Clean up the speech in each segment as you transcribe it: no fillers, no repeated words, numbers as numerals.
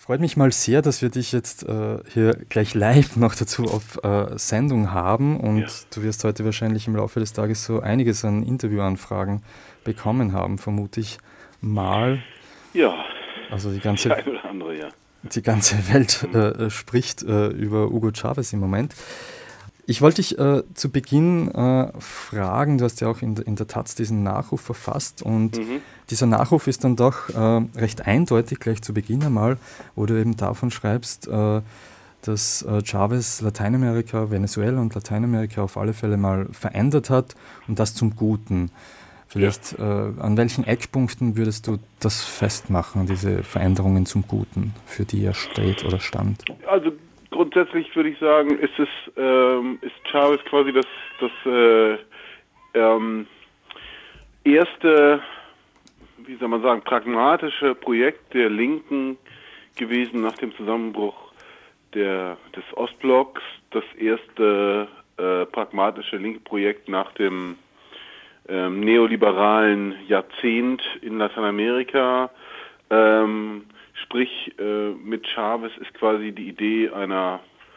Freut mich mal sehr, dass wir dich jetzt hier gleich live noch dazu auf Sendung haben und du wirst heute wahrscheinlich im Laufe des Tages so einiges an Interviewanfragen bekommen haben, vermute ich mal. Ja, also die ganze, ein oder andere, ja. Die ganze Welt spricht über Hugo Chavez im Moment. Ich wollte dich zu Beginn fragen, du hast ja auch in der Taz diesen Nachruf verfasst und dieser Nachruf ist dann doch recht eindeutig gleich zu Beginn einmal, wo du eben davon schreibst, dass Chavez Lateinamerika, Venezuela und Lateinamerika auf alle Fälle mal verändert hat und das zum Guten. Vielleicht an welchen Eckpunkten würdest du das festmachen, diese Veränderungen zum Guten, für die er steht oder stand? Also grundsätzlich würde ich sagen, ist Chavez quasi das erste, wie soll man sagen, pragmatische Projekt der Linken gewesen nach dem Zusammenbruch des Ostblocks, das erste pragmatische linke Projekt nach dem neoliberalen Jahrzehnt in Lateinamerika. Sprich, mit Chavez ist quasi die Idee einer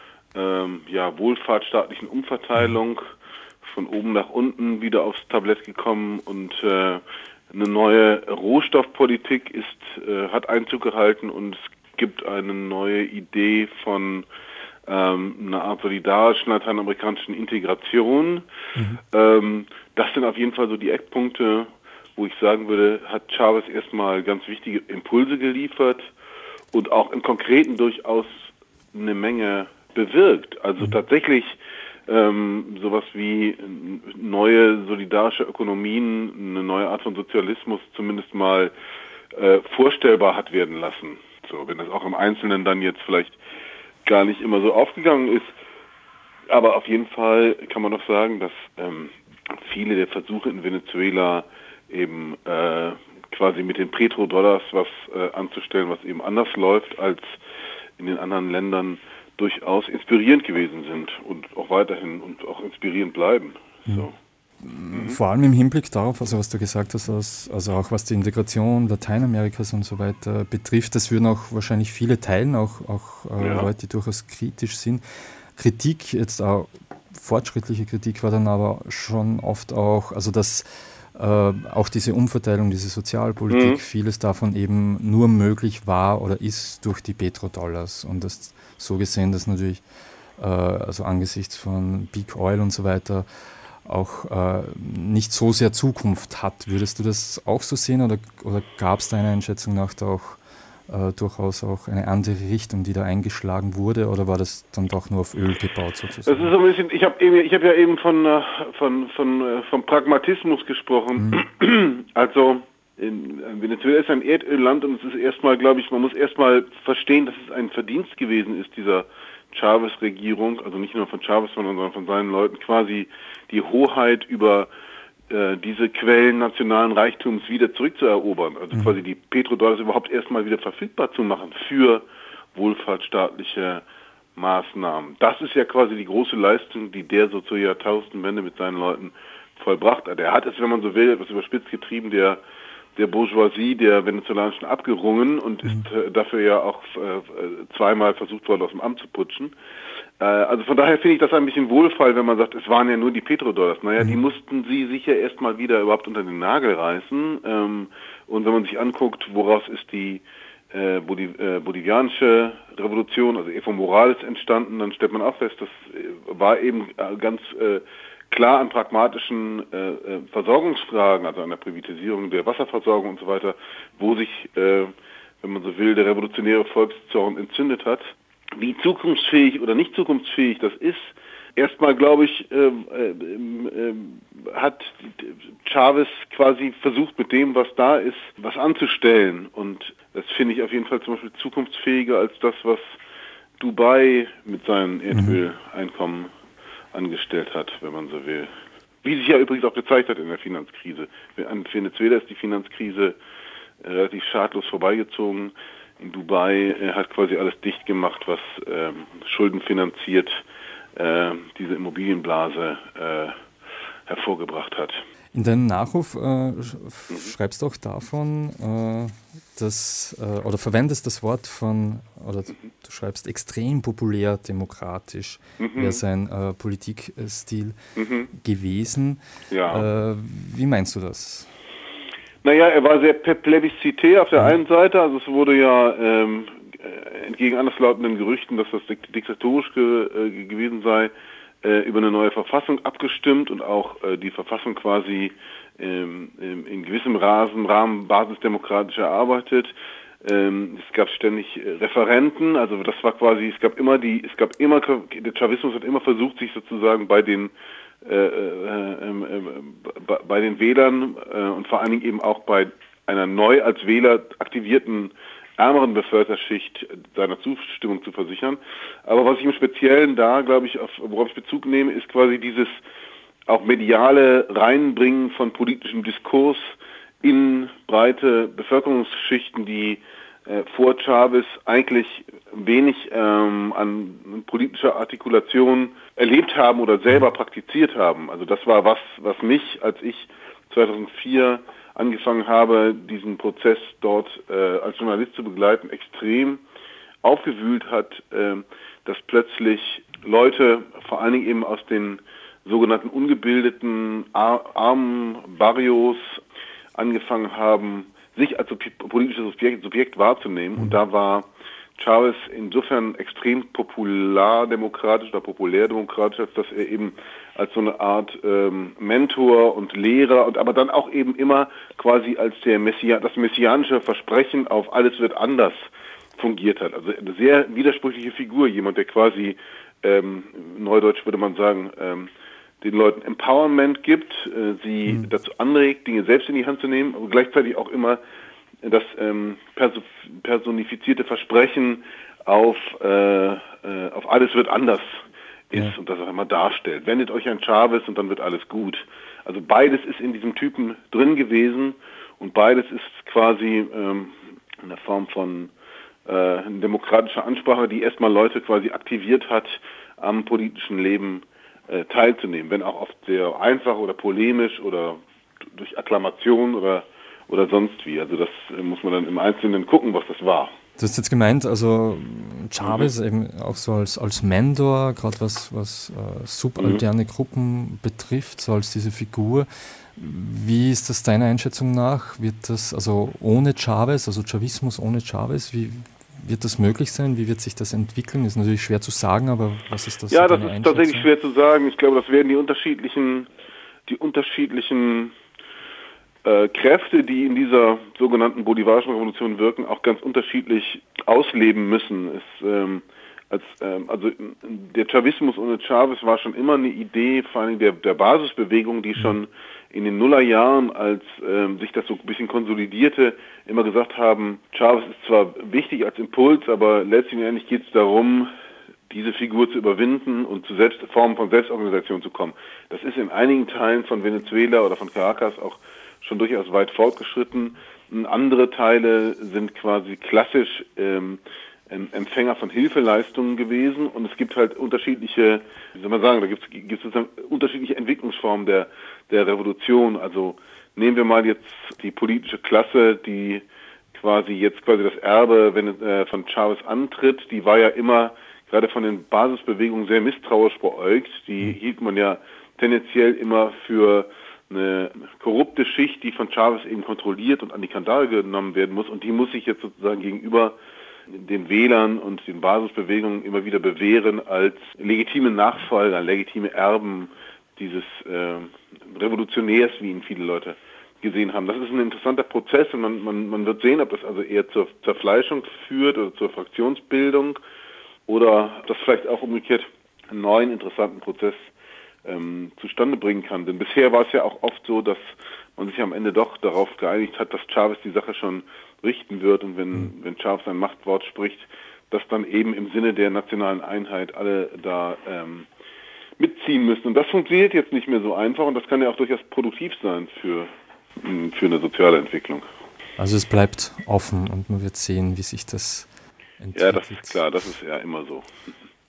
wohlfahrtsstaatlichen Umverteilung von oben nach unten wieder aufs Tablett gekommen und eine neue Rohstoffpolitik hat Einzug gehalten und es gibt eine neue Idee von einer Art solidarischen lateinamerikanischen Integration. Das sind auf jeden Fall so die Eckpunkte, wo ich sagen würde, hat Chavez erstmal ganz wichtige Impulse geliefert und auch im Konkreten durchaus eine Menge bewirkt. Also tatsächlich sowas wie neue solidarische Ökonomien, eine neue Art von Sozialismus zumindest mal vorstellbar hat werden lassen. So, wenn das auch im Einzelnen dann jetzt vielleicht gar nicht immer so aufgegangen ist. Aber auf jeden Fall kann man doch sagen, dass viele der Versuche in Venezuela eben quasi mit den Petrodollars was anzustellen, was eben anders läuft als in den anderen Ländern, durchaus inspirierend gewesen sind und auch weiterhin und auch inspirierend bleiben. So. Vor allem im Hinblick darauf, also was du gesagt hast, also auch was die Integration Lateinamerikas und so weiter betrifft, das würden auch wahrscheinlich viele teilen, auch Leute, die durchaus kritisch sind. Kritik, jetzt auch fortschrittliche Kritik war dann aber schon oft auch, also dass auch diese Umverteilung, diese Sozialpolitik, vieles davon eben nur möglich war oder ist durch die Petrodollars und das so gesehen, dass natürlich also angesichts von Big Oil und so weiter auch nicht so sehr Zukunft hat. Würdest du das auch so sehen oder gab es deiner Einschätzung nach da auch durchaus auch eine andere Richtung, die da eingeschlagen wurde, oder war das dann doch nur auf Öl gebaut sozusagen? Das ist so ein bisschen, ich hab ja eben vom Pragmatismus gesprochen. Also Venezuela ist ein Erdölland und es ist erstmal, glaube ich, man muss erstmal verstehen, dass es ein Verdienst gewesen ist, dieser Chavez-Regierung, also nicht nur von Chavez, sondern von seinen Leuten, quasi die Hoheit über diese Quellen nationalen Reichtums wieder zurückzuerobern. Also quasi die Petrodollars überhaupt erstmal wieder verfügbar zu machen für wohlfahrtsstaatliche Maßnahmen. Das ist ja quasi die große Leistung, die der so zur Jahrtausendwende mit seinen Leuten vollbracht hat. Er hat es, wenn man so will, etwas überspitzt getrieben, der Bourgeoisie der venezolanischen abgerungen und ist dafür ja auch zweimal versucht worden, aus dem Amt zu putschen. Also von daher finde ich das ein bisschen Wohlfall, wenn man sagt, es waren ja nur die Petrodollars. Naja, die mussten sie sich ja erstmal wieder überhaupt unter den Nagel reißen. Und wenn man sich anguckt, woraus ist die bolivianische Revolution, also Evo Morales entstanden, dann stellt man auch fest, das war eben ganz klar an pragmatischen Versorgungsfragen, also an der Privatisierung der Wasserversorgung und so weiter, wo sich, wenn man so will, der revolutionäre Volkszorn entzündet hat. Wie zukunftsfähig oder nicht zukunftsfähig das ist, erstmal, glaube ich, hat Chavez quasi versucht, mit dem, was da ist, was anzustellen. Und das finde ich auf jeden Fall zum Beispiel zukunftsfähiger als das, was Dubai mit seinen Erdöleinkommen angestellt hat, wenn man so will. Wie sich ja übrigens auch gezeigt hat in der Finanzkrise. An Venezuela ist die Finanzkrise relativ schadlos vorbeigezogen. In Dubai hat quasi alles dicht gemacht, was schuldenfinanziert diese Immobilienblase hervorgebracht hat. In deinem Nachruf schreibst du auch davon, oder verwendest das Wort du schreibst extrem populär demokratisch, wäre sein Politikstil gewesen. Ja. Wie meinst du das? Naja, er war sehr plebiszitär auf der einen Seite, also es wurde ja entgegen anderslautenden Gerüchten, dass das diktatorisch gewesen sei, über eine neue Verfassung abgestimmt und auch die Verfassung quasi in gewissem Rahmen basisdemokratisch erarbeitet. Es gab ständig Referenten, also das war quasi, der Chavismus hat immer versucht, sich sozusagen bei den Wählern und vor allen Dingen eben auch bei einer neu als Wähler aktivierten ärmeren Bevölkerungsschicht seiner Zustimmung zu versichern. Aber was ich im Speziellen da, glaube ich, worauf ich Bezug nehme, ist quasi dieses auch mediale Reinbringen von politischem Diskurs in breite Bevölkerungsschichten, die vor Chavez eigentlich wenig an politischer Artikulation erlebt haben oder selber praktiziert haben. Also das war was mich, als ich 2004 angefangen habe, diesen Prozess dort als Journalist zu begleiten, extrem aufgewühlt hat, dass plötzlich Leute, vor allen Dingen eben aus den sogenannten ungebildeten, armen Barrios, angefangen haben, sich als politisches Subjekt wahrzunehmen. Und da war Chavez insofern extrem populärdemokratisch, als dass er eben als so eine Art Mentor und Lehrer aber dann auch eben immer quasi als das messianische Versprechen auf alles wird anders fungiert hat. Also eine sehr widersprüchliche Figur, jemand, der quasi, neudeutsch würde man sagen, den Leuten Empowerment gibt, sie dazu anregt, Dinge selbst in die Hand zu nehmen, aber gleichzeitig auch immer das personifizierte Versprechen auf alles wird anders ist und das auch immer darstellt. Wendet euch an Chavez und dann wird alles gut. Also beides ist in diesem Typen drin gewesen und beides ist quasi in der Form von demokratischer Ansprache, die erstmal Leute quasi aktiviert hat, am politischen Leben teilzunehmen, wenn auch oft sehr einfach oder polemisch oder durch Akklamation oder sonst wie. Also das muss man dann im Einzelnen gucken, was das war. Du hast jetzt gemeint, also Chavez eben auch so als Mentor, gerade was subalterne Gruppen betrifft, so als diese Figur. Wie ist das deiner Einschätzung nach? Wird das, also ohne Chavez, also Chavismus ohne Chavez, wie wird das möglich sein? Wie wird sich das entwickeln? Ist natürlich schwer zu sagen, aber was ist das? Ja, das ist tatsächlich schwer zu sagen. Ich glaube, das werden die unterschiedlichen Kräfte, die in dieser sogenannten bolivarischen Revolution wirken, auch ganz unterschiedlich ausleben müssen. Also der Chavismus ohne Chavez war schon immer eine Idee, vor allem der Basisbewegung, die schon in den Nullerjahren, als sich das so ein bisschen konsolidierte, immer gesagt haben, Chavez ist zwar wichtig als Impuls, aber letztendlich geht es darum, diese Figur zu überwinden und zu Formen von Selbstorganisation zu kommen. Das ist in einigen Teilen von Venezuela oder von Caracas auch schon durchaus weit fortgeschritten. Andere Teile sind quasi klassisch Empfänger von Hilfeleistungen gewesen und es gibt halt unterschiedliche, wie soll man sagen, da gibt es sozusagen unterschiedliche Entwicklungsformen der Revolution. Also nehmen wir mal jetzt die politische Klasse, die quasi das Erbe von Chavez antritt, die war ja immer gerade von den Basisbewegungen sehr misstrauisch beäugt. Die hielt man ja tendenziell immer für eine korrupte Schicht, die von Chavez eben kontrolliert und an die Kandare genommen werden muss und die muss sich jetzt sozusagen gegenüber den Wählern und den Basisbewegungen immer wieder bewähren als legitime Nachfolger, legitime Erben dieses Revolutionärs, wie ihn viele Leute gesehen haben. Das ist ein interessanter Prozess und man wird sehen, ob das also eher zur Zerfleischung führt oder zur Fraktionsbildung oder ob das vielleicht auch umgekehrt einen neuen interessanten Prozess zustande bringen kann. Denn bisher war es ja auch oft so, dass man sich am Ende doch darauf geeinigt hat, dass Chavez die Sache schon richten wird und wenn Chavez ein Machtwort spricht, dass dann eben im Sinne der nationalen Einheit alle da mitziehen müssen. Und das funktioniert jetzt nicht mehr so einfach und das kann ja auch durchaus produktiv sein für eine soziale Entwicklung. Also es bleibt offen und man wird sehen, wie sich das entwickelt. Ja, das ist klar, das ist ja immer so.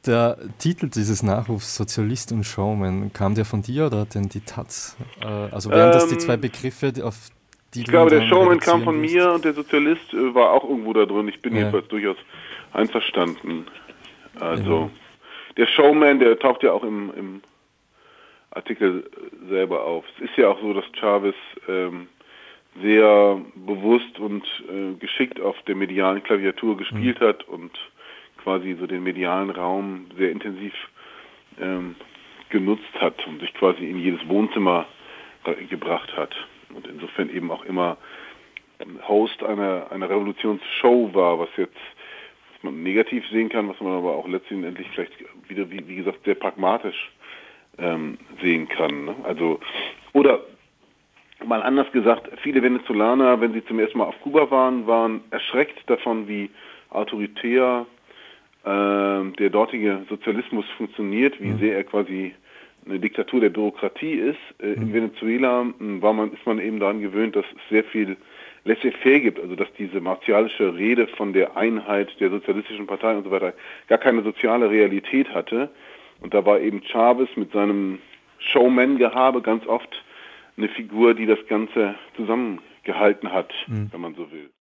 Der Titel dieses Nachrufs, Sozialist und Showman, kam der von dir oder hat denn die Taz? Also wären das die zwei Begriffe, auf die ich du glaube, der Showman reduzieren kam von wirst? mir und der Sozialist war auch irgendwo da drin. Ich bin jedenfalls durchaus einverstanden. Also, der Showman, der taucht ja auch im Artikel selber auf. Es ist ja auch so, dass Chavez sehr bewusst und geschickt auf der medialen Klaviatur gespielt hat und quasi so den medialen Raum sehr intensiv genutzt hat und sich quasi in jedes Wohnzimmer gebracht hat. Und insofern eben auch immer Host einer Revolutionsshow war, was man negativ sehen kann, was man aber auch letztendlich vielleicht wieder, wie gesagt, sehr pragmatisch sehen kann. Ne? Also, oder mal anders gesagt, viele Venezolaner, wenn sie zum ersten Mal auf Kuba waren erschreckt davon, wie autoritär der dortige Sozialismus funktioniert, wie sehr er quasi eine Diktatur der Bürokratie ist. In Venezuela ist man eben daran gewöhnt, dass es sehr viel laissez-faire gibt, also dass diese martialische Rede von der Einheit der sozialistischen Partei und so weiter gar keine soziale Realität hatte. Und da war eben Chavez mit seinem Showman-Gehabe ganz oft eine Figur, die das Ganze zusammengehalten hat, wenn man so will.